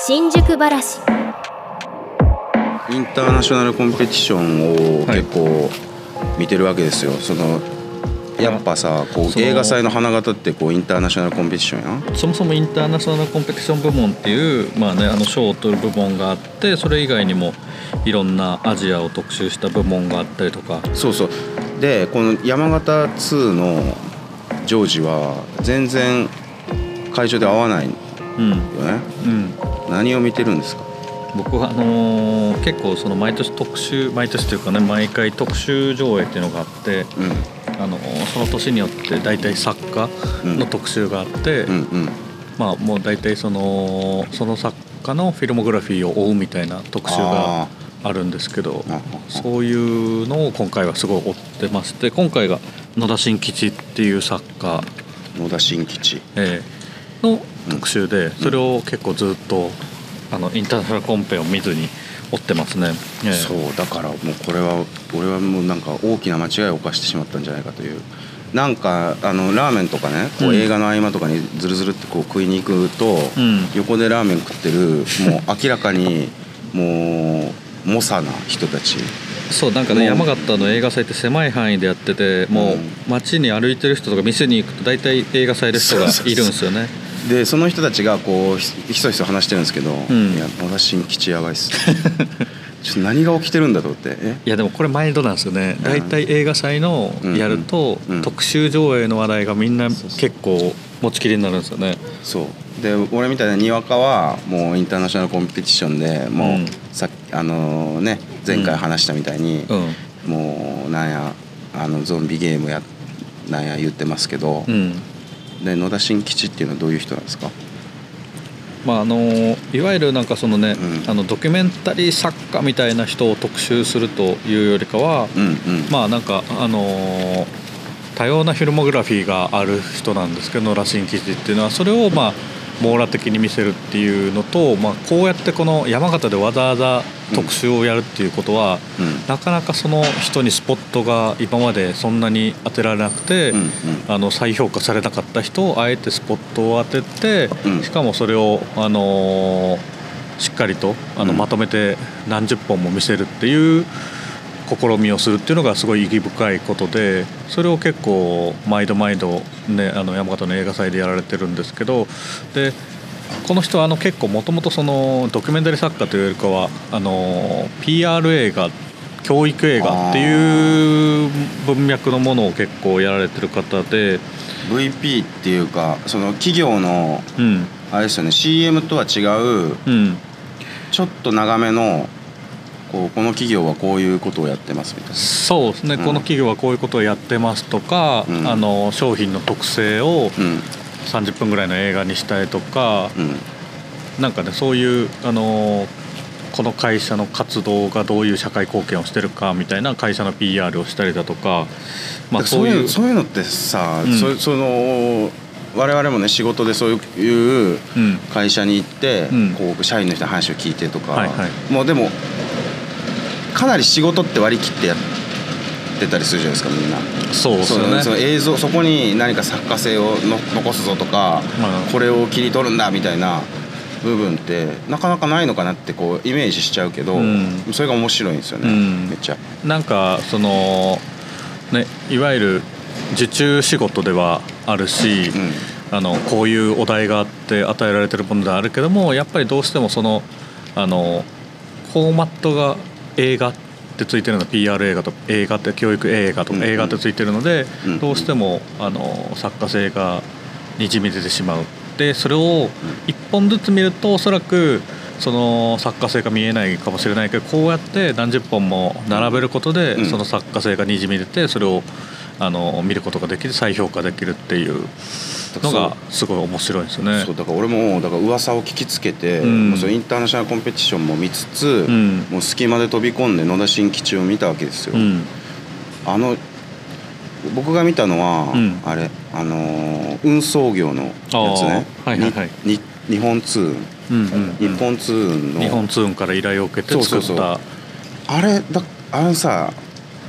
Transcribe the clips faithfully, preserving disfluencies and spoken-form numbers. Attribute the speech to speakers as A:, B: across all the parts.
A: 新宿ばらし。
B: インターナショナルコンペティションを結構見てるわけですよ。そのやっぱさこう映画祭の花形ってこうインターナショナルコンペティションや。
C: そもそもインターナショナルコンペティション部門っていう、まあね、あの賞を取る部門があって、それ以外にもいろんなアジアを特集した部門があったりとか。
B: そうそう。でこの山形ツーのジョージは全然会場で会わないよね、
C: うんうん、
B: 何を見てるんですか？
C: 僕はあのー、結構その毎年特集毎年というかね毎回特集上映っていうのがあって、うん、あのー、その年によって大体作家の特集があって、うんうんうん、まあもう大体そのその作家のフィルモグラフィーを追うみたいな特集があるんですけど、そういうのを今回はすごい追ってまして、今回が野田新吉っていう作家
B: 野田新吉、
C: えー、の特集で、それを結構ずっとあのインターナショナルコンペを見ずに追ってますね、えー、
B: そうだからもうこれは俺はもうなんか大きな間違いを犯してしまったんじゃないかという。なんかあのラーメンとかねこう映画の合間とかにズルズルってこう食いに行くと、うん、横でラーメン食ってるもう明らかにもう猛者な人たち。
C: そうなんかね山形の映画祭って狭い範囲でやってて、もう街に歩いてる人とか店に行くと大体映画祭で人がいるんですよね。
B: でその人たちがこうひそひそ話してるんですけど、うん、いや野田新吉やばいっすちょっと何が起きてるんだと思って。え
C: いやでもこれマインドなんですよね。大体映画祭のやると、うんうん、特集上映の話題がみんな結構持ちきりになるんですよね。
B: そうで俺みたいなにわかはもうインターナショナルコンペティションでもう、うん、さあのね前回話したみたいに、うん、もうなんやあのゾンビゲームやなんや言ってますけど、うん、で野田新吉っていうのはどういう人なんですか？
C: まあ、あのいわゆるなんかそのね、うん、あのドキュメンタリー作家みたいな人を特集するというよりかは、うんうん、まあなんかあのー、多様なフィルモグラフィーがある人なんですけど、野田新吉っていうのはそれをまあ網羅的に見せるっていうのと、まあ、こうやってこの山形でわざわざ特集をやるっていうことは、うん、なかなかその人にスポットが今までそんなに当てられなくて、うんうん、あの再評価されなかった人をあえてスポットを当てて、うん、しかもそれを、あのー、しっかりとあのまとめて何十本も見せるっていう試みをするっていうのがすごい意義深いことで、それを結構毎度毎度、ね、あの山形の映画祭でやられてるんですけど、でこの人はあの結構もともとそのドキュメンタリー作家というよりかはあの ピーアール 映画教育映画っていう文脈のものを結構やられてる方で、
B: ブイピー っていうかその企業の、うん、あれですよね シーエム とは違う、うん、ちょっと長めのこの企業はこういうことをやってますみたいな。
C: そうですね、うん、この企業はこういうことをやってますとか、うん、あの商品の特性をさんじゅっぷんぐらいの映画にしたりとか、うん、なんかねそういうあのこの会社の活動がどういう社会貢献をしてるかみたいな会社の ピーアール をしたりだとか、
B: まあ、そういうそういうのってさ、うん、そ, その我々もね仕事でそういう会社に行って、うん、こう社員の人の話を聞いてとか、はいはい、もうでもかなり仕事って割り切ってやってたりするじゃないですかみんな。
C: そうですよね。
B: その映像そこに何か作家性をの残すぞとか、まあ、これを切り取るんだみたいな部分ってなかなかないのかなってこうイメージしちゃうけど、うん、それが面白いんですよね、うん、めっちゃ。
C: なんかそのねいわゆる受注仕事ではあるし、うん、あのこういうお題があって与えられてるものであるけども、やっぱりどうしてもそのあのフォーマットが映画ってついてるの ピーアール 映画と映画って教育映画とか映画ってついてるので、うんうん、どうしてもあの作家性がにじみ出てしまう。でそれを一本ずつ見るとおそらくその作家性が見えないかもしれないけど、こうやって何十本も並べることでその作家性がにじみ出て、それをあの見ることができる、再評価できるっていうのがすごい面白いですよね。
B: そうだから俺もだから噂を聞きつけて、うん、もうそのインターナショナルコンペティションも見つつ、うん、もう隙間で飛び込んで野田新吉を見たわけですよ、うん、あの僕が見たのは、うん、あれあのー、運送業のやつね、はいはいはい、に日本通運、うんうんうん、日本通運の
C: 日本通運から依頼を受けて作った。そうそうそう、
B: あれだあのさ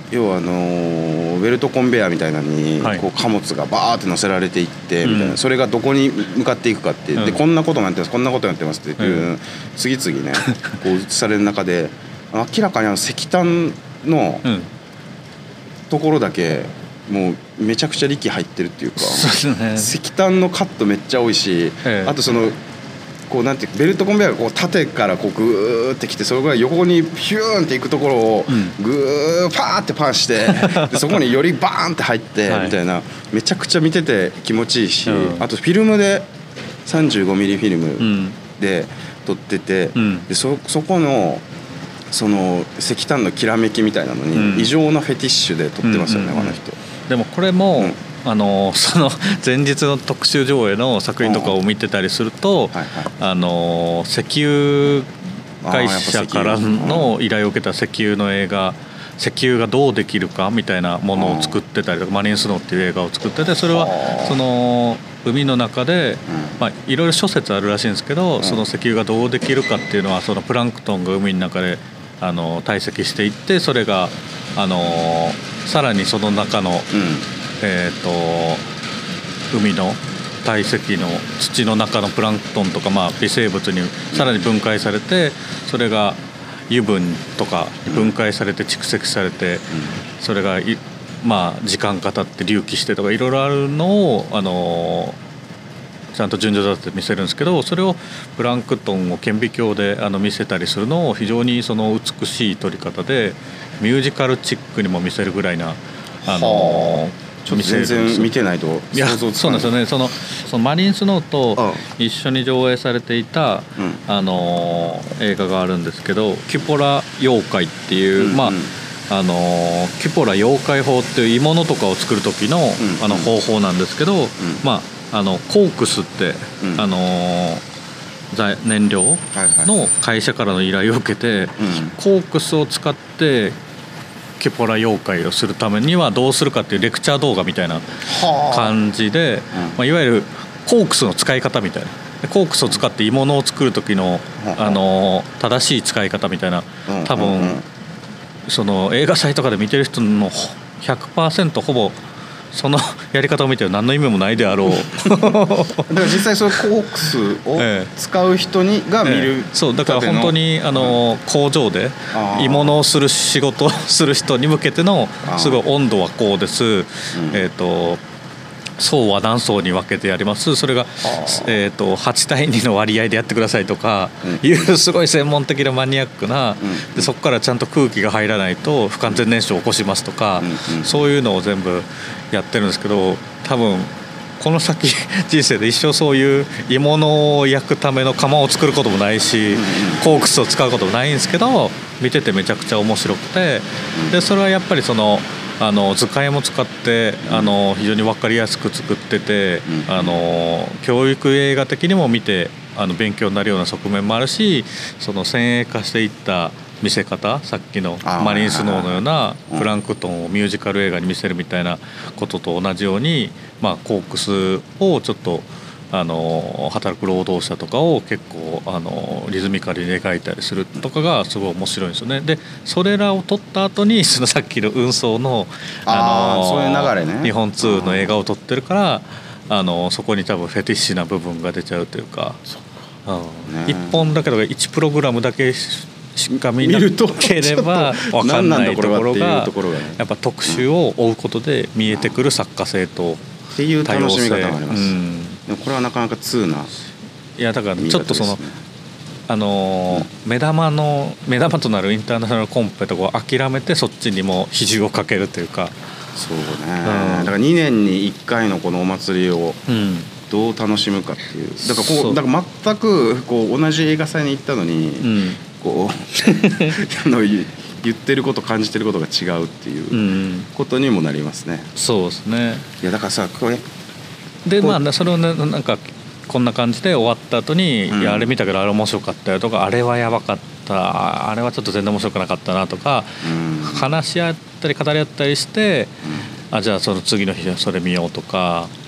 B: 要はあのー、ベルトコンベヤーみたいなのに、はい、こう貨物がバーって乗せられていってみたいな、うん、それがどこに向かっていくかって、うん、でこんなこともやってますこんなことやってますっていう、うん、次々ねこう映される中で明らかにあの石炭のところだけもうめちゃくちゃ力入ってるっていうか、ね、石炭のカットめっちゃ多いし、ええ、あとそのこうなんていうベルトコンベヤーがこう縦からこうグーってきてそれが横にヒューンっていくところをグーパーってパンしてでそこによりバーンって入ってみたいなめちゃくちゃ見てて気持ちいいし、あとフィルムで さんじゅうごミリ フィルムで撮ってて、で そ, そこのその石炭のきらめきみたいなのに異常なフェティッシュで撮ってますよね、あの人。
C: でもこれも、うんあのその前日の特集上映の作品とかを見てたりすると、はいはい、あの石油会社からの依頼を受けた石油の映画石油がどうできるかみたいなものを作ってたりとかマリンスノーっていう映画を作っててそれはその海の中でまあいろいろ諸説あるらしいんですけどその石油がどうできるかっていうのはそのプランクトンが海の中であの堆積していってそれがあのさらにその中の、うんえー、と海の堆積の土の中のプランクトンとか、まあ、微生物にさらに分解されてそれが油分とか分解されて蓄積されてそれがまあ時間が経って隆起してとかいろいろあるのをあのちゃんと順序立てて見せるんですけどそれをプランクトンを顕微鏡であの見せたりするのを非常にその美しい撮り方でミュージカルチックにも見せるぐらいなあの
B: ちょっと全然見てないと想像つかない。
C: そうなんですよね。その、そのマリンスノーと一緒に上映されていた、うん、あの映画があるんですけどキュポラ妖怪っていう、うんうん、まああのキュポラ妖怪法っていう鋳物とかを作る時の、うんうん、あの方法なんですけど、うん、まああのコークスって、うん、あの燃料の会社からの依頼を受けて、はいはい、コークスを使ってキュポラ妖怪をするためにはどうするかっていうレクチャー動画みたいな感じで、まあ、いわゆるコークスの使い方みたいなコークスを使って鋳物を作る時の、あの正しい使い方みたいな多分その映画祭とかで見てる人の ひゃくパーセント ほぼそのやり方を見てる何の意味もないであろうだから
B: 実際そのコークスを使う人にが見る、ええ、
C: そうだから本当にあの工場で鋳物をする仕事をする人に向けてのすごい温度はこうです、うん、えーと層は何層に分けてやりますそれが、えー、とはち対にの割合でやってくださいとかいうすごい専門的なマニアックなでそこからちゃんと空気が入らないと不完全燃焼を起こしますとかそういうのを全部やってるんですけど多分この先人生で一生そういう鋳物を焼くための窯を作ることもないしコークスを使うこともないんですけど見ててめちゃくちゃ面白くてでそれはやっぱりそのあの図解も使ってあの非常に分かりやすく作っててあの教育映画的にも見てあの勉強になるような側面もあるしその先鋭化していった見せ方さっきのマリンスノーのようなプランクトンをミュージカル映画に見せるみたいなことと同じように、まあ、コークスをちょっとあの働く労働者とかを結構あのリズミカルに描いたりするとかがすごい面白いんですよね。でそれらを撮った後にそのさっきの運送の
B: あのそういう流れね
C: 日本ツーの映画を撮ってるからあのそこに多分フェティッシュな部分が出ちゃうというかいっぽんだけどいちプログラムだけしか見なければ分かんないところがやっぱ特集を追うことで見えてくる作家性と
B: っていう楽しみ方があります、うん、でもこれはなかなか通ない
C: やだからちょっとそのあの、うん、目玉の目玉となるインターナショナルコンペとかを諦めてそっちにも比重をかけるというか
B: そうね、うん、だからにねんにいっかいのこのお祭りをどう楽しむかっていうだからこうだから全くこう同じ映画祭に行ったのに、うん、こうあの言ってること感じてることが違うっていうことにもなりますね、
C: うん、そうですね
B: いやだからさこれ
C: でまあそれをねなんかこんな感じで終わった後に、うん、いやあれ見たけどあれ面白かったよとかあれはやばかったあれはちょっと全然面白くなかったなとか、うん、話し合ったり語り合ったりして、うん、あじゃあその次の日はそれ見ようとか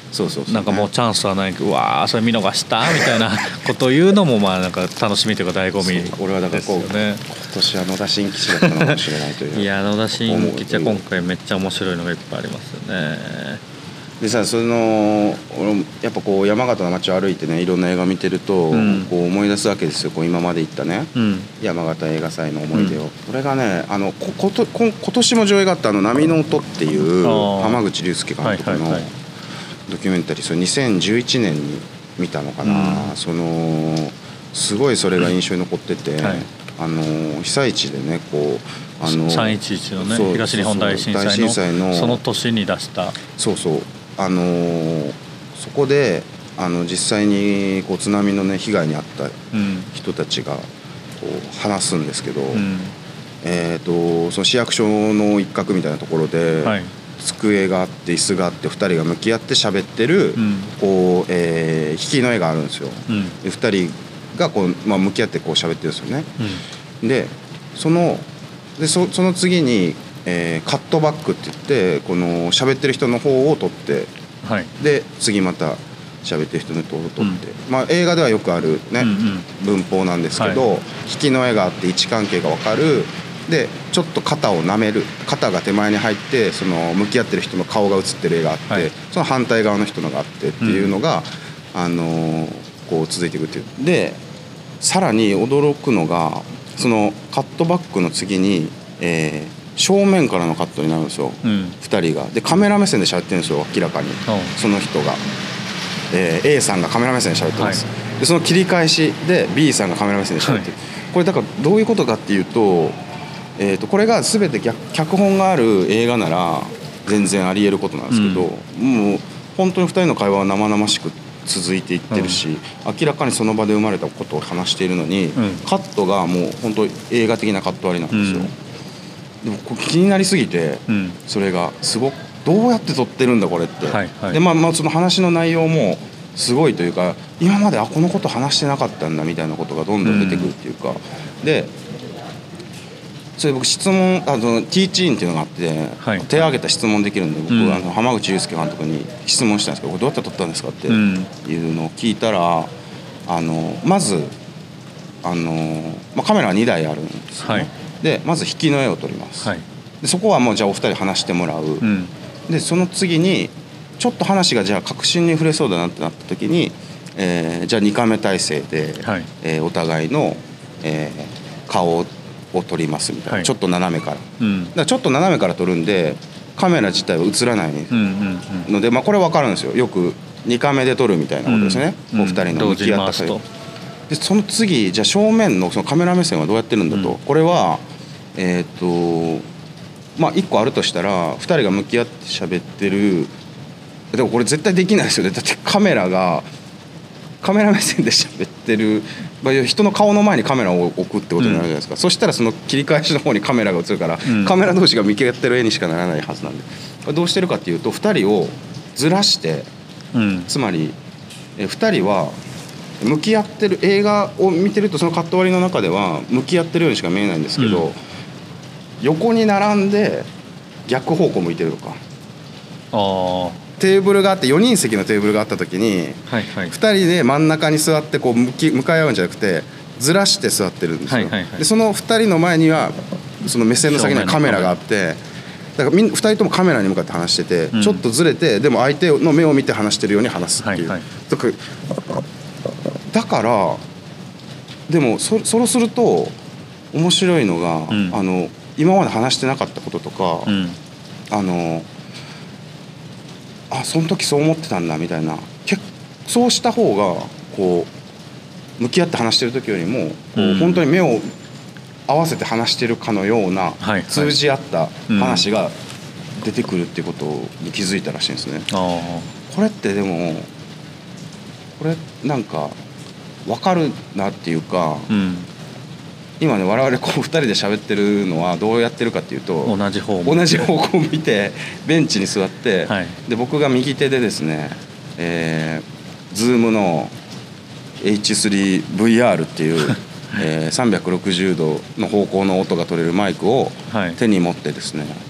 B: そうそうそう、ね、
C: なんかもうチャンスはないけどうわーそれ見逃したみたいなことを言うのもまあなんか楽しみというか醍醐味ですよね。
B: 俺はだからこう今年は野田新吉だったのかもしれないという
C: いや野田新吉は今回めっちゃ面白いのがいっぱいありますよね。
B: でさ、その俺やっぱこう山形の街を歩いてねいろんな映画見てると、うん、こう思い出すわけですよ。こう今まで行ったね、うん、山形映画祭の思い出を、うん、これがねあのこことこ今年も上映があったあの波の音っていう浜口竜介監督のドキュメンタリー、それにせんじゅういちねんに見たのかな、うん、そのすごいそれが印象に残ってて、うんはい、あの被災地でねこうあの
C: さんいちいちのね東日本大震災 の, 大震災のその年に出した
B: そうそうあのー、そこであの実際にこう津波の、ね、被害に遭った人たちがこう話すんですけど、うん、えー、とその市役所の一角みたいなところで、はい、机があって椅子があってふたりが向き合って喋ってる、うん、こうえー、引きの絵があるんですよ、うん、でふたりがこう、まあ、向き合ってこう喋ってるんですよね、うん、でそので そ, その次にえー、カットバックって言ってこの喋ってる人の方を撮って、はい、で次また喋ってる人の方を撮って、うんまあ、映画ではよくある、ねうんうん、文法なんですけど、はい、引きの絵があって位置関係が分かるでちょっと肩を舐める肩が手前に入ってその向き合ってる人の顔が映ってる絵があって、はい、その反対側の人のがあってっていうのが、うんあのー、こう続いていくっていうでさらに驚くのがそのカットバックの次に、えー正面からのカットになるんですよ、うん、ふたりがでカメラ目線で喋ってるんですよ明らかに、うん、その人が、えー、A さんがカメラ目線で喋ってます、はい、でその切り返しで B さんがカメラ目線で喋ってる、はい、これだからどういうことかっていうと、えー、とこれが全て脚本がある映画なら全然ありえることなんですけど、うん、もう本当にふたりの会話は生々しく続いていってるし、うん、明らかにその場で生まれたことを話しているのに、うん、カットがもう本当映画的なカット割りなんですよ、うんでも気になりすぎて、うん、それがすごくどうやって撮ってるんだこれって、はいはいでまあ、まあその話の内容もすごいというか今まであこのこと話してなかったんだみたいなことがどんどん出てくるっていうか、うん、でそれ僕質問あの T チーンっていうのがあって、はい、手を挙げた質問できるんで僕、うん、あの浜口竜介監督に質問したんですけどこれどうやって撮ったんですかっていうのを聞いたらあのまずあの、まあ、カメラはにだいあるんですよね、はいでまず引きの絵を撮ります、はい、でそこはもうじゃあお二人話してもらう、うん、でその次にちょっと話がじゃあ確信に触れそうだなってなった時に、えー、じゃあにカメ体制で、はいえー、お互いの、えー、顔を撮りますみたいな、はい、ちょっと斜めから、うん、だからちょっと斜めから撮るんでカメラ自体は映らないので、うんうんうん、まあ、これ分かるんですよよくにカメで撮るみたいなことですね、うん、お二人の向き合った際でその次じゃあ正面 の, そのカメラ目線はどうやってるんだと、うん、これはえっ、ー、とまあいっこあるとしたらふたりが向き合って喋ってるでもこれ絶対できないですよねだってカメラがカメラ目線で喋ってる、まあ、人の顔の前にカメラを置くってことになるじゃないですか、うん、そしたらその切り返しの方にカメラが映るから、うん、カメラ同士が向き合ってる絵にしかならないはずなんでどうしてるかっていうとふたりをずらして、うん、つまりえふたりは向き合ってる映画を見てるとそのカット割りの中では向き合ってるようにしか見えないんですけど、うん、横に並んで逆方向向いてるとかあテーブルがあってよにん席のテーブルがあった時に、はいはい、ふたりで真ん中に座ってこう向き向かい合うんじゃなくてずらして座ってるんですよ、はいはいはい、でそのふたりの前にはその目線の先にはカメラがあってだからみんふたりともカメラに向かって話してて、うん、ちょっとずれてでも相手の目を見て話してるように話すっていう、はいはい、だからだからでも そ, そうすると面白いのが、うん、あの今まで話してなかったこととか、うん、あのあその時そう思ってたんだみたいなそうした方がこう向き合って話してる時よりも、うん、本当に目を合わせて話してるかのような、はいはい、通じ合った話が出てくるっていうことに気づいたらしいんですね、うん、これってでもこれなんか分かるなっていうか、うん、今ね我々こうふたりで喋ってるのはどうやってるかっていうと
C: 同じ方向
B: 同じ方向を見てベンチに座って、はい、で僕が右手でですね、えー、Zoom の エイチスリーブイアール っていう、えー、さんびゃくろくじゅうどの方向の音が取れるマイクを手に持ってですね、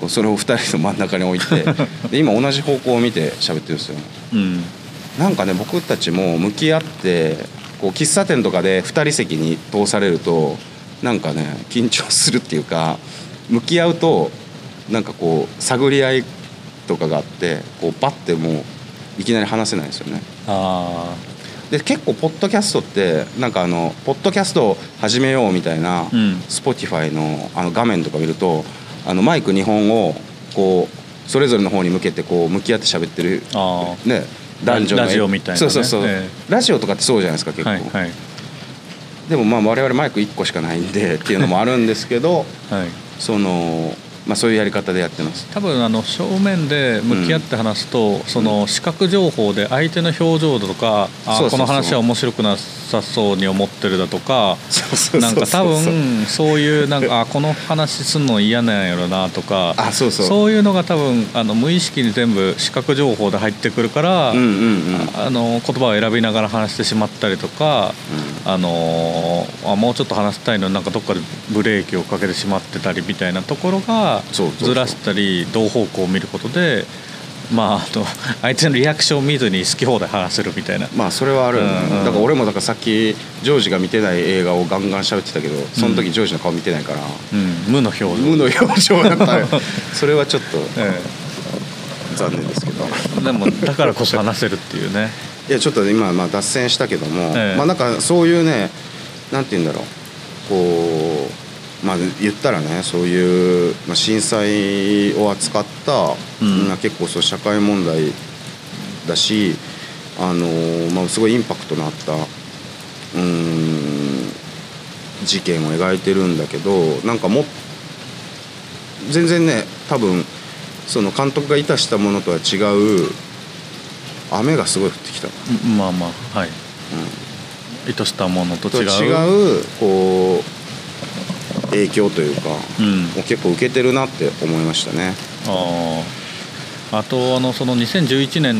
B: それをふたりの真ん中に置いてで今同じ方向を見て喋ってるんですよ、うん、なんかね僕たちも向き合ってこう喫茶店とかでふたり席に通されるとなんかね緊張するっていうか、向き合うとなんかこう探り合いとかがあってこうバッてもういきなり話せないですよね。あで結構ポッドキャストってなんかあのポッドキャストを始めようみたいな、うん、Spotify のあの画面とか見るとあのマイクにほんをこうそれぞれの方に向けてこう向き合って喋ってる、ね、男女の
C: ラジオみたいな、ね、
B: そうそうそう、えー、ラジオとかってそうじゃないですか結構、はいはい、でもまあ我々マイクいっこしかないんでっていうのもあるんですけど、はい、そのまあ、そういうやり方でやってます。
C: 多分あの正面で向き合って話すと、うん、その視覚情報で相手の表情とか、うん、あこの話は面白くなさそうに思ってるだとか、なんか多分そういうなんかあこの話すんの嫌なんやろなとか、
B: あそうそう、
C: そういうのが多分あの無意識に全部視覚情報で入ってくるから、うんうんうん、あの言葉を選びながら話してしまったりとか、うん、あのあもうちょっと話したいのになんかどっかでブレーキをかけてしまってたりみたいなところがずらしたり同方向を見ることで、まあ、あと相手のリアクションを見ずに好き放題話せるみたいな、
B: まあそれはある、うんうん、だから俺もだからさっきジョージが見てない映画をガンガン喋ってたけどその時ジョージの顔見てないから、
C: うん、無の表情
B: 無の表情だったそれはちょっと、ええ、残念ですけど
C: でもだからこそ話せるっていうね
B: いやちょっと今まあ脱線したけども、ええ、まあなんかそういうねなんて言うんだろうこうまあ言ったらねそういう、まあ、震災を扱った、うん、結構そう社会問題だしあの、まあ、すごいインパクトのあったうーん事件を描いてるんだけどなんかも全然ね多分その監督が意図したものとは違う雨がすごい降ってきた。
C: まあまあはい、うん、意図したものと違う
B: と違うこう影響というか、うん、結構受けてるなって思いましたね。
C: ああとあのそのにせんじゅういちねんって、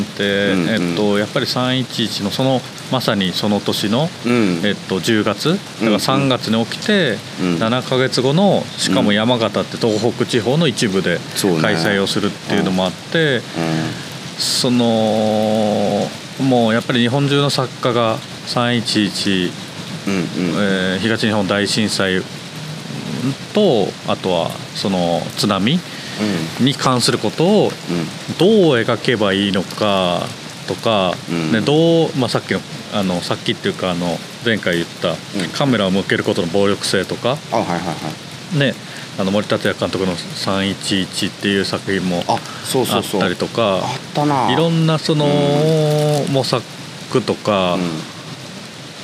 C: うんうんえっと、やっぱりさんいちいちのそのまさにその年の、うんえっと、じゅうがつだからさんがつに起きてななかげつごのしかも山形って東北地方の一部で開催をするっていうのもあって、うんうん、そのもうやっぱり日本中の作家がさんいちいち、うんうんえー、東日本大震災とあとはその津波に関することをどう描けばいいのかとか、うんねどうまあ、さっきのあのさっきっていうかあの前回言ったカメラを向けることの暴力性とか、
B: あ、はいはいはい
C: ね、あの森達也監督のさんいちいちっていう作品もあったりとか、
B: あったない
C: ろんなその、うん、模索とか、うん、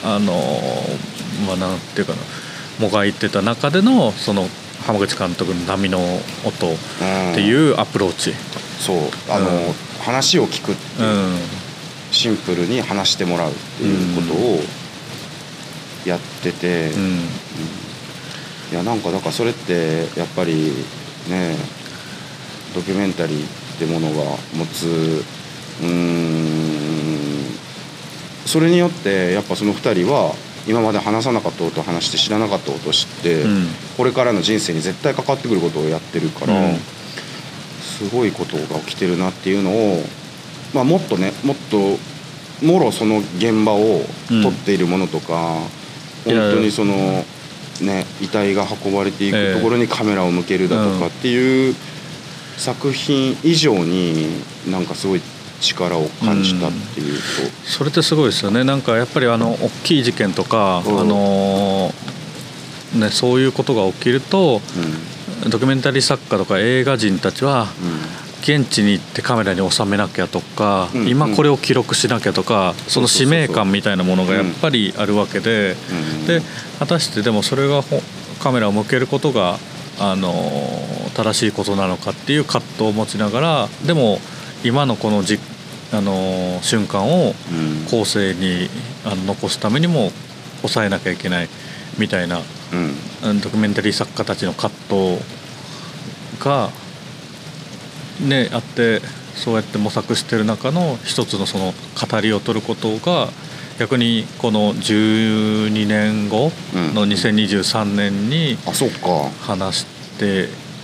C: あのまあなんていうかなもがいてた中でのその浜口監督の波の音っていうアプローチ、うん、
B: そうあの、うん、話を聞くっていう、うん、シンプルに話してもらうっていうことをやってて、うんうん、いやなんかだからそれってやっぱりねドキュメンタリーってものが持つうーんそれによってやっぱそのふたりは今まで話さなかったことを話して知らなかったことを知って、うん、これからの人生に絶対関わってくることをやってるから、うん、すごいことが起きてるなっていうのを、まあ、もっとねもっともろその現場を撮っているものとか、うん、本当にその、ね、遺体が運ばれていくところにカメラを向けるだとかっていう作品以上になんかすごい力を感じたっていうと、うん、
C: それってすごいですよね。なんかやっぱりあの大きい事件とか、うんあのーね、そういうことが起きると、うん、ドキュメンタリー作家とか映画人たちは、うん、現地に行ってカメラに収めなきゃとか、うん、今これを記録しなきゃとか、うん、その使命感みたいなものがやっぱりあるわけで、うん、で果たしてでもそれがカメラを向けることが、あのー、正しいことなのかっていう葛藤を持ちながらでも今のこのじ、あのー、瞬間を後世に、うん、あの残すためにも抑えなきゃいけないみたいな、うん、ドキュメンタリー作家たちの葛藤が、ね、あってそうやって模索してる中の一つのその語りを取ることが逆にこのじゅうにねんごのにせんにじゅうさんねんに話して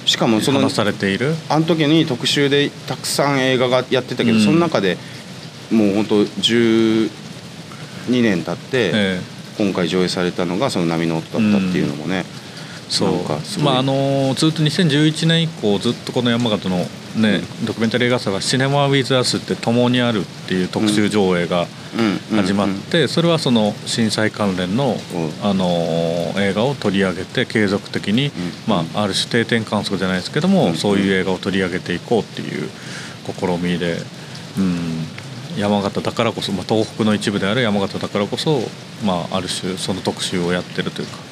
B: しかもその
C: 話されている
B: あの時に特集でたくさん映画がやってたけど、うん、その中でもう本当じゅうにねん経って、えー、今回上映されたのがその波の音だったっていうのもね、
C: うん、そうまああのずっとにせんじゅういちねん以降ずっとこの山形のね、うん、ドキュメンタリー映画祭がシネマウィズアスって共にあるっていう特集上映が始まってそれはその震災関連の、あの映画を取り上げて継続的に、まあ、ある種定点観測じゃないですけどもそういう映画を取り上げていこうっていう試みで、うん、山形だからこそ、まあ、東北の一部である山形だからこそ、まあ、ある種その特集をやってるというか。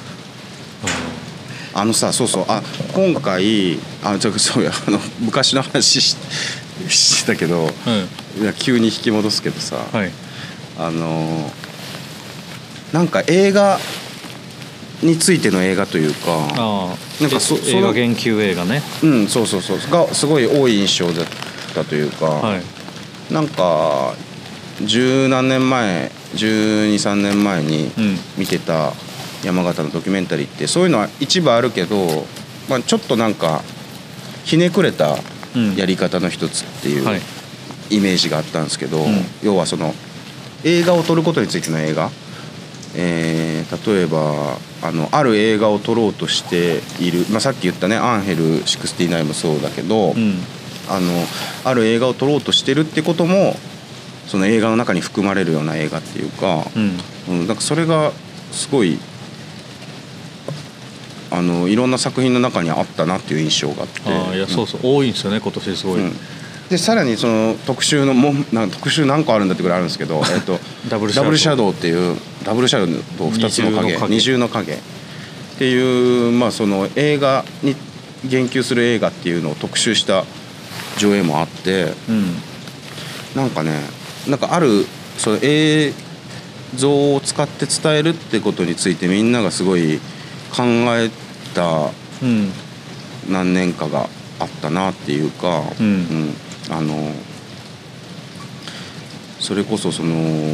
B: あのさそうそうあ今回あちょっとそうやあの昔の話 し, してたけど、うん、いや急に引き戻すけどさ、はい、あのなんか映画についての映画というか
C: あなんかそ映画言及映画ね
B: うんそうそうそうがすごい多い印象だったというか、はい、なんか十何年前じゅうに、さんねんまえに見てた、うん山形のドキュメンタリーってそういうのは一部あるけど、まあ、ちょっとなんかひねくれたやり方の一つっていうイメージがあったんですけど、うん、要はその映画を撮ることについての映画、えー、例えば あのある映画を撮ろうとしている、まあ、さっき言ったねアンヘルろくじゅうきゅうもそうだけど、うん、あのある映画を撮ろうとしてるってこともその映画の中に含まれるような映画っていうか、うんうん、なんかそれがすごいあのいろんな作品の中にあったなっていう印象があって。
C: あいやそうそう、うん、多いんですよね今年すごい、うん、
B: でさらにその特集のもなん特集何個あるんだってくらいあるんですけど、えっと、ダブルシャドウっていうダブルシャドウとふたつの影二重の影っていう、まあ、その映画に言及する映画っていうのを特集した上映もあって、うん、なんかねなんかあるその映像を使って伝えるってことについてみんながすごい考えた何年かがあったなっていうか、うんうん、あのそれこそその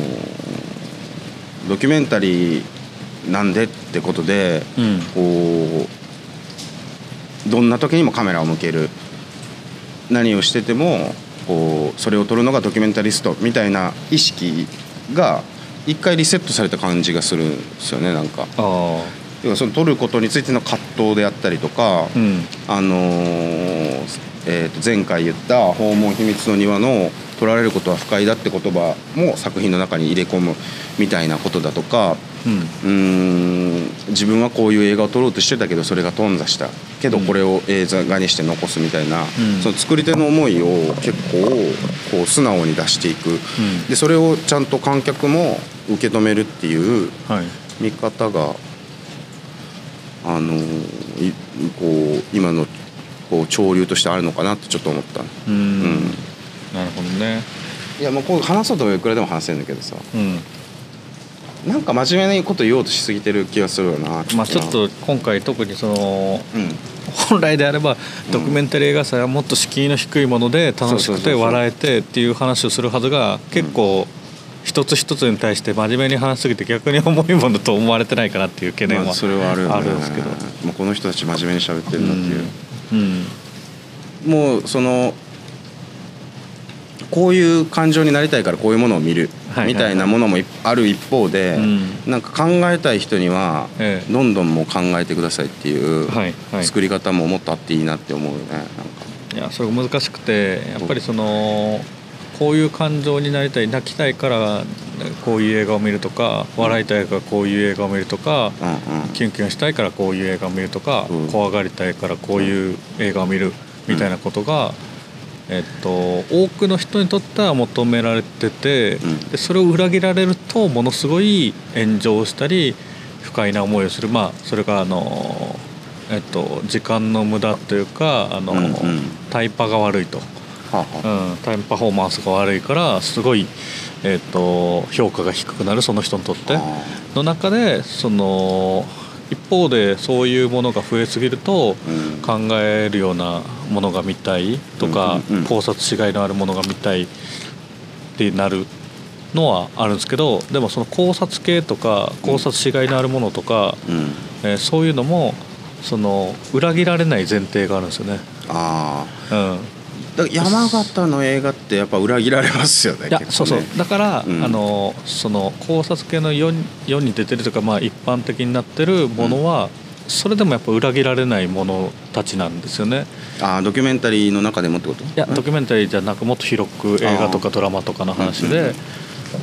B: ドキュメンタリーなんでってことで、うん、こうどんな時にもカメラを向ける何をしててもこうそれを撮るのがドキュメンタリストみたいな意識が一回リセットされた感じがするんですよねなんか。あその撮ることについての葛藤であったりとか、うん、あのーえー、と前回言った訪問秘密の庭の撮られることは不快だって言葉も作品の中に入れ込むみたいなことだとか、うん、うーん自分はこういう映画を撮ろうとしてたけどそれが頓挫したけどこれを映画にして残すみたいな、うん、その作り手の思いを結構こう素直に出していく、うん、でそれをちゃんと観客も受け止めるっていう見方が、はいあのいこう今のこう潮流としてあるのかなってちょっと思った。うん、うん、
C: なるほどね。
B: いやもうこう話そうといくらでも話せるんだけどさ、うん、なんか真面目なこと言おうとしすぎてる気がするよな。
C: まあちょっと今回特にその、うん、本来であればドキュメンタリー映画祭はもっと敷居の低いもので楽しくて笑えてっていう話をするはずが結構、うん一つ一つに対して真面目に話しすぎて逆に重いものと思われてないかなっていう懸念はあるんですけど、まあ、
B: もうこの人たち真面目に喋ってるんだっていう、うんうん、もうそのこういう感情になりたいからこういうものを見るみたいなものもある一方で、なんか考えたい人にはどんどんもう考えてくださいっていう作り方ももっとあっていいなって思うよね。なんか
C: いやそれが難しくてやっぱりそのこういう感情になりたい泣きたいからこういう映画を見るとか笑いたいからこういう映画を見るとか、うんうん、キュンキュンしたいからこういう映画を見るとか、うん、怖がりたいからこういう映画を見るみたいなことが、うんえっと、多くの人にとっては求められてて、うん、でそれを裏切られるとものすごい炎上したり不快な思いをする、まあ、それがあの、えっと、時間の無駄というかあの、うんうん、タイパが悪いと。はあはあうん、タイムパフォーマンスが悪いからすごい、えー、と評価が低くなるその人にとっての中でその一方でそういうものが増えすぎると、うん、考えるようなものが見たいとか、うんうんうん、考察しがいのあるものが見たいってなるのはあるんですけどでもその考察系とか考察しがいのあるものとか、うんえー、そういうのもその裏切られない前提があるんですよね。
B: あ
C: あ、うん、
B: だから山形の映画ってやっぱ裏切られますよね。
C: いや、
B: 結構ね、
C: そうそうだから、うん、あのその考察系の世に、世に出てるというか、まあ、一般的になってるものは、うん、それでもやっぱ裏切られないものたちなんですよね。
B: あ、ドキュメンタリーの中でもってこと？い
C: や、ドキュメンタリーじゃなくもっと広く映画とかドラマとかの話で、うんうんうん、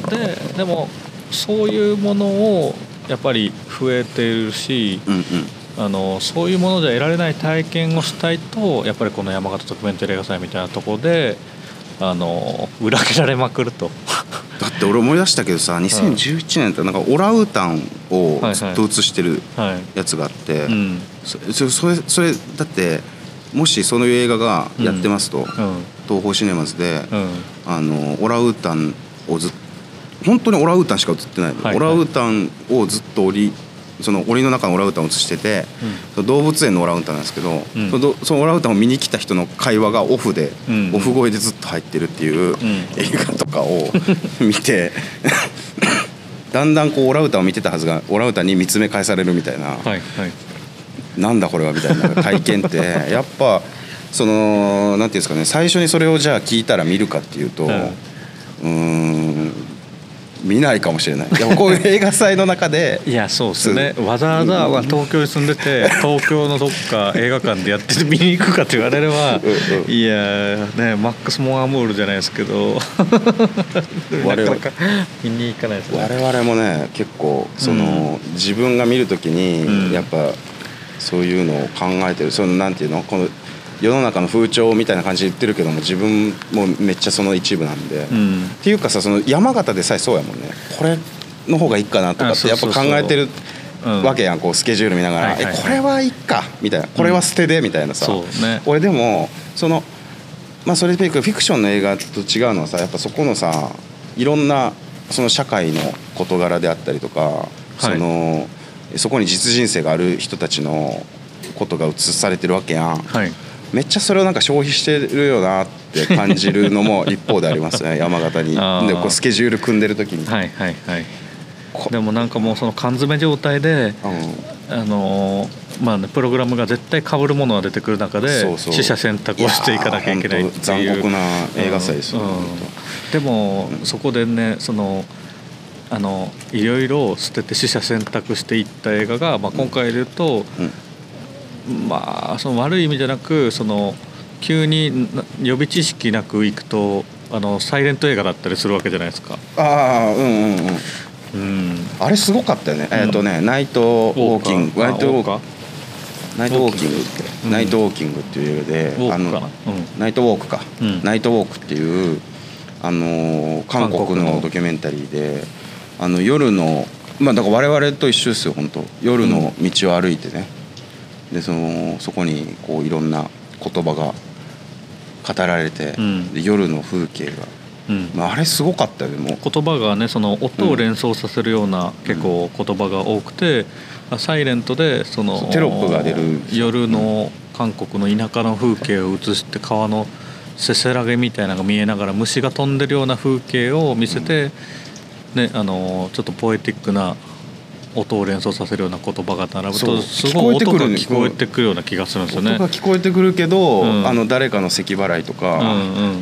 C: で, でもそういうものをやっぱり増えているし、うんうん、あのそういうもので得られない体験をしたいと、やっぱりこの山形ドキュメンタリー映画祭みたいなところであの裏切られまくると。
B: だって俺思い出したけどさ、にせんじゅういちねんってなんかオランウータンをずっと映してるやつがあって、はいはい、うん、そ, そ, れそれだってもしそういう映画がやってますと、うんうん、東宝シネマズで、うん、あのオランウータンをずっと本当にオランウータンしか映ってない、はいはい、オランウータンをずっと檻その檻の中のオランウータンを映してて、うん、動物園のオランウータンなんですけど、うん、そ, そのオランウータンを見に来た人の会話がオフで、うん、オフ声でずっと入ってるっていう、うん、映画とかを見てだんだんこうオランウータンを見てたはずがオランウータンに見つめ返されるみたいな、はいはい、なんだこれはみたいな体験ってやっぱそのなんていうんですかね、最初にそれをじゃあ聞いたら見るかっていうと、うん、うーん見ないかもしれない。でもこういう映画祭の中で
C: いやそうですね、わざわざは東京に住んでて東京のどっか映画館でやってて見に行くかって言われればうん、いやねマックス・モアムールじゃないですけどなかなか見に行かないですね。
B: 我々もね結構その、うん、自分が見るときにやっぱそういうのを考えてる、そのなんていうのこの世の中の風潮みたいな感じで言ってるけども、自分もめっちゃその一部なんで、うん、っていうかさ、その山形でさえそうやもんね。これの方がいいかなとかってやっぱ考えてるわけやん、こうスケジュール見ながら、はいはいはい、えこれはいいかみたいな、これは捨てでみたいなさ、うんね、俺でもそのまあそれでフィクションの映画と違うのはさ、やっぱそこのさいろんなその社会の事柄であったりとか、はい、そのそこに実人生がある人たちのことが映されてるわけやん、はい、めっちゃそれをなんか消費してるよなって感じるのも一方でありますね山形にでこうスケジュール組んでる時に、
C: はいはいはい、でもなんかもうその缶詰状態で、うん、あのまあねプログラムが絶対被るものが出てくる中でそうそう取捨選択をしていかなきゃいけないっていう
B: 残酷な映画祭ですよ、
C: うんうん、でも、うん、そこでねそのあのいろいろ捨てて取捨選択していった映画が、まあ、今回で言うと、うんまあ、その悪い意味じゃなくその急に予備知識なく行くとあのサイレント映画だったりするわけじゃないですか。
B: ああうんうんうん、うん、あれすごかったよね、うん、えっとねナイトウォーキングナイトウォーナイトウォーキング、うん、ナイトウォーキングっていう映画で、あの、うん、ナイトウォークか、うん、ナイトウォークっていうあの韓国のドキュメンタリーであの夜のまあだから我々と一緒ですよ本当夜の道を歩いてね、で そ, のそこにこういろんな言葉が語られて、うん、で夜の風景が、うんまあ、あれすごかったよね。もう
C: 言葉がねその音を連想させるような、うん、結構言葉が多くて、うん、サイレントでその
B: テロップが出る
C: 夜の韓国の田舎の風景を映して川のせせらぎみたいなのが見えながら虫が飛んでるような風景を見せて、うんね、あのちょっとポエティックな音を連想させるような言葉が並ぶとすごい音が聞こえてくるような気がするんですよね。
B: 音が聞こえてくるけど、うん、あの誰かの咳払いとか、うんうん、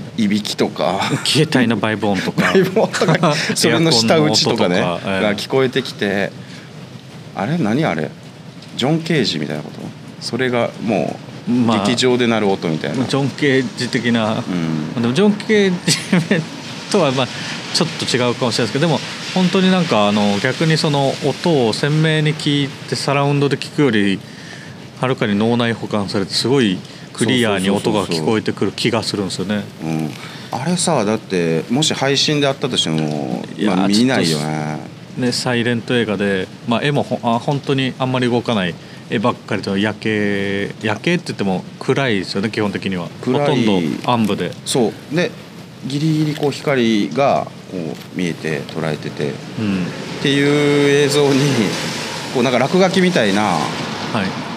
B: いびきとか
C: 消えたいなバイボーンとか
B: バイボーンとかそれの舌打ちとかねが聞こえてきて、あれ何あれジョン・ケージみたいなこと、それがもう劇場で鳴る音みたいな、まあ、
C: ジョン・ケージ的な、うん、でもジョン・ケージとはまあちょっと違うかもしれないですけど、でも本当になんかあの逆にその音を鮮明に聞いてサラウンドで聞くよりはるかに脳内保管されてすごいクリアに音が聞こえてくる気がするんですよね。
B: うん、あれさだってもし配信であったとしても、まあ、見ないよね。
C: ねサイレント映画で、まあ、絵もほあ本当にあんまり動かない絵ばっかりと夜景夜景って言っても暗いですよね基本的には。ほとんど暗部で。
B: そうでギリギリこう光がこう見えて捉えてて、うん、っていう映像にこうなんか落書きみたいな、はい、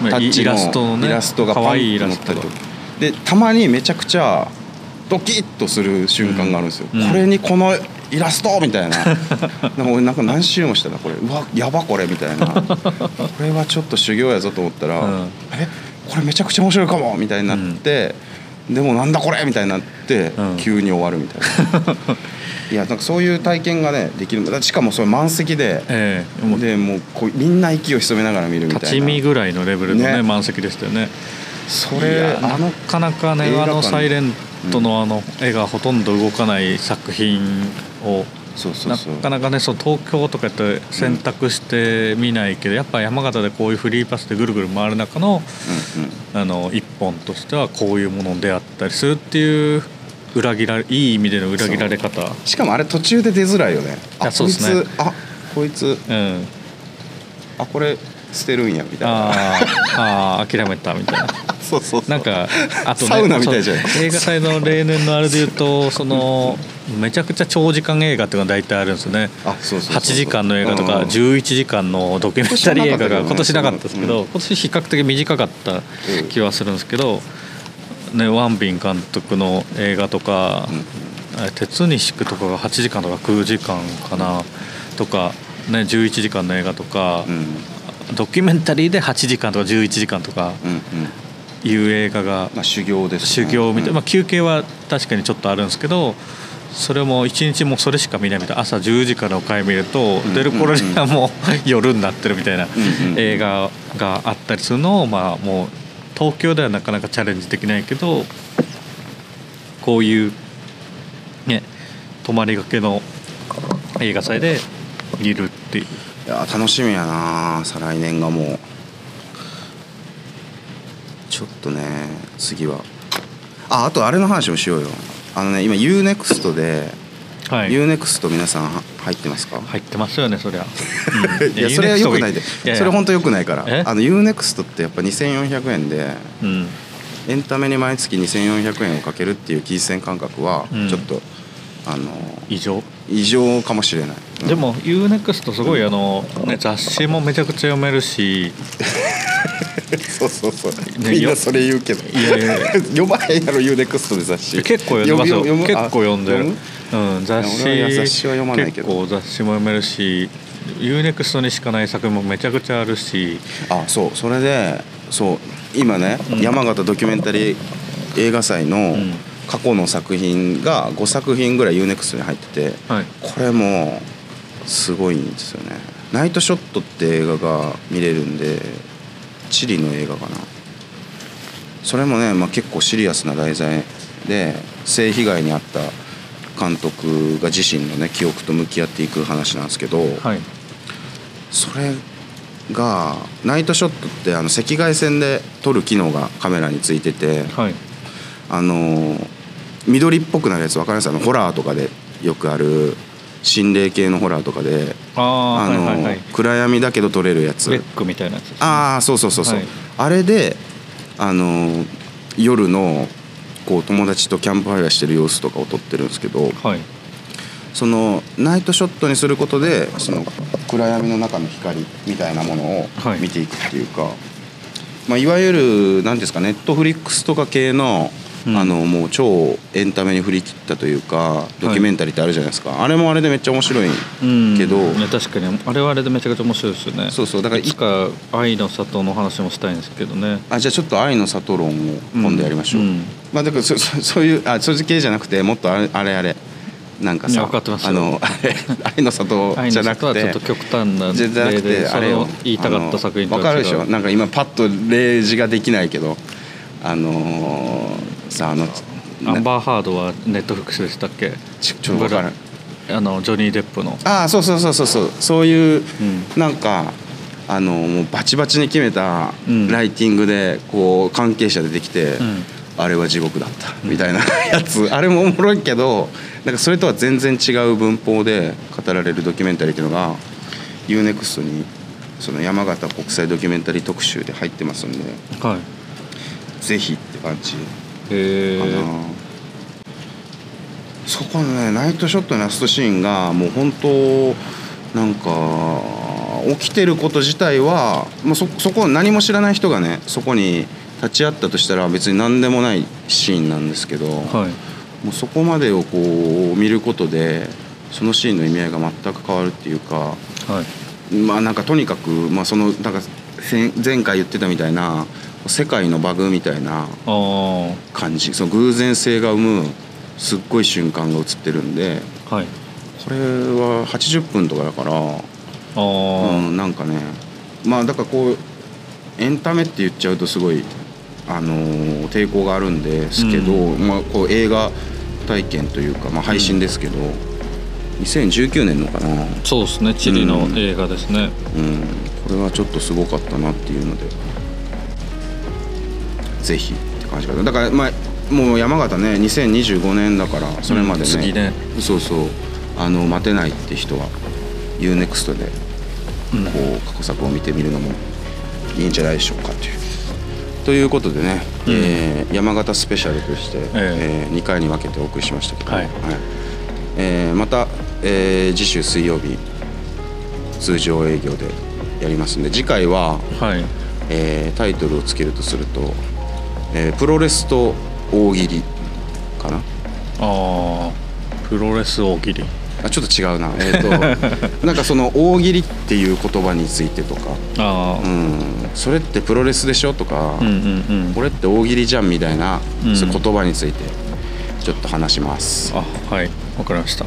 B: タッチのイラストのね、イラストがパンと載ったりとかでたまにめちゃくちゃドキッとする瞬間があるんですよ、うん、これにこのイラストみたいななんか俺なんか何周もしたなこれうわやばこれみたいなこれはちょっと修行やぞと思ったら、うん、えこれめちゃくちゃ面白いかもみたいになって、うん、でもなんだこれみたいになって、うん、急に終わるみたいないやなんかそういう体験がねできるんだ。しかもそれ満席で、えー、でもうこうみんな息を潜めながら見るみたいな
C: 立ち見ぐらいのレベルの、ねね、満席でしたよね。それなかなかねあのサイレントのあの絵がほとんど動かない作品を
B: そうそうそう
C: なかなかねそう東京とかやって選択して見ないけど、うん、やっぱ山形でこういうフリーパスでぐるぐる回る中の、うんうん、あの一本としてはこういうものに出会ったりするっていう裏切られいい意味での裏切られ方。
B: しかもあれ途中で出づらいよね。あ
C: そうですね、
B: こいつあこいつ、うん、あこれ捨てるんやみたいな
C: ああ諦めたみたいな
B: そうそうそう
C: なんかあと、ね、
B: サウナみたいじゃん。
C: 映画祭の例年のあれで言うとそのめちゃくちゃ長時間映画っていうのが大体あるんですよね。
B: あそうそうそうそう
C: はちじかんの映画とかじゅういちじかんのドキュメンタリー映画が今年なかったですけど、今年比較的短かった気はするんですけど、ね、ワンビン監督の映画とか、うん、鉄に敷くとかがはちじかんとかきゅうじかんかなとか、ね、じゅういちじかんの映画とか、うん、ドキュメンタリーではちじかんとかじゅういちじかんとかいう映画が、
B: まあ、修行ですね。
C: 修行みたいな、まあ、休憩は確かにちょっとあるんですけど、それも一日もそれしか見ないみたいな。朝じゅうじからの回見ると出る頃にはもう夜になってるみたいな映画があったりするのを、まあもう東京ではなかなかチャレンジできないけど、こういうね泊まりがけの映画祭で見るっていう。
B: いや楽しみやな。再来年がもうちょっとね次はああとあれの話もしようよ。あのね今 ユーネクスト で、はい、ユーネクスト 皆さん入ってますか？
C: 入ってますよねそりゃ、
B: うん、いやそれはよくないで、いやいやそれ本当よくないから。あの ユーネクスト ってやっぱにせんよんひゃくえんで、うん、エンタメに毎月にせんよんひゃくえんをかけるっていう金銭感覚はちょっと、うん、あの
C: 異常
B: 異常かもしれない、
C: うん、でも ユーネクスト すごいあの、ね、雑誌もめちゃくちゃ読めるし
B: そうそうそう、ね、みんなそれ言うけどいやいや読まへんやろ ユーネクスト で雑誌。
C: 結構読んでますよ。結構読んでる、うん、雑誌
B: 俺は雑誌は読まないけど
C: 結構雑誌も読めるし ユーネクスト にしかない作品もめちゃくちゃあるし。
B: あそうそれでそう今ね、うん、山形ドキュメンタリー映画祭の過去の作品がごさく品ぐらい ユーネクスト に入ってて、はい、これもすごいんですよね。ナイトショットって映画が見れるんで、チリの映画かな。それもね、まあ、結構シリアスな題材で性被害に遭った監督が自身のね記憶と向き合っていく話なんですけど、はい、それがナイトショットってあの赤外線で撮る機能がカメラについてて、はい、あの緑っぽくなるやつ分かります？あのホラーとかでよくある心霊系のホラーとかであの、はいはいはい、暗闇だけど撮れるやつ、
C: レックみたいなやつですね。
B: ああそうそうそうそう、はい、あれであの夜のこう友達とキャンプファイヤーしてる様子とかを撮ってるんですけど、はい、そのナイトショットにすることでその暗闇の中の光みたいなものを見ていくっていうか、はい、まあ、いわゆる何ですかネットフリックスとか系のうん、あのもう超エンタメに振り切ったというかドキュメンタリーってあるじゃないですか、はい、あれもあれでめっちゃ面白いけど、
C: うん、いや確かにあれはあれでめちゃくちゃ面白いですよね。そうそうだからいつか愛の里の話もしたいんですけどね。
B: あじゃあちょっと愛の里論を今度やりましょう、うんうん、まあだからそそそういうあそういう系じゃなくてもっとあれあれあれなんかさ
C: 分かってます
B: あのあれ愛の里じゃなくて
C: 愛の里はちょっと極端な例でそれを言いたかった作品とは違う。
B: 分かるでしょ。なんか今パッと例示ができないけどあのー、さあの
C: アンバーハードはネットフリックスでしたっけ？
B: ちょちょ分からん。
C: あのジョニー・デップの
B: ああそうそうそうそうそうそういう、うん、なんかあのもうバチバチに決めたライティングでこう関係者出てきて、うん、あれは地獄だったみたいなやつ、あれもおもろいけどなんかそれとは全然違う文法で語られるドキュメンタリーっていうのが ユーネクスト にその山形国際ドキュメンタリー特集で入ってますんで、はい、ぜひって感じ。へかな。そこのねナイトショットのラストシーンがもう本当なんか起きてること自体はもう そ, そこ何も知らない人がねそこに立ち会ったとしたら別に何でもないシーンなんですけど、はい、もうそこまでをこう見ることでそのシーンの意味合いが全く変わるっていうか、
C: はい、
B: まあなんかとにかく、まあ、そのなんか前回言ってたみたいな世界のバグみたいな感じ、その偶然性が生むすっごい瞬間が映ってるんで、
C: はい、
B: これははちじゅっぷんとかだから、あ、うん、なんかね、まあだからこうエンタメって言っちゃうとすごい、あのー、抵抗があるんですけど、うん、まあ、こう映画体験というか、まあ、配信ですけど、うん、にせんじゅうきゅうねんのかな。
C: そうですね、チリの映画ですね、
B: うん、うん、これはちょっとすごかったなっていうので、ぜひって感じかな。だからまあもう山形ねにせんにじゅうごねんだからそれまでね、うん、
C: 次ね、
B: そうそう、あの待てないって人は ユーネクスト でこう過去作を見てみるのもいいんじゃないでしょうかという。ということでね、うん、えー、山形スペシャルとして、えーえー、にかいに分けてお送りしましたけど、はいはい、えー、また、えー、次週水曜日通常営業でやりますんで、次回は、はい、えー、タイトルをつけるとすると、えー、プロレスと大喜利かな。
C: あ、プロレス大喜利、
B: あ、ちょっと違うな、えー、となんかその大喜利っていう言葉についてとか、あ、うん、それってプロレスでしょとか、うんうんうん、これって大喜利じゃんみたいな、うん、そういう言葉についてちょっと話します。
C: あ、はい、わかりました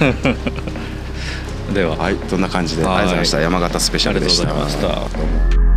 C: では、
B: はい、そんな感じで、ありがとうございました。山形スペシャルでした。
C: ありがとうございました。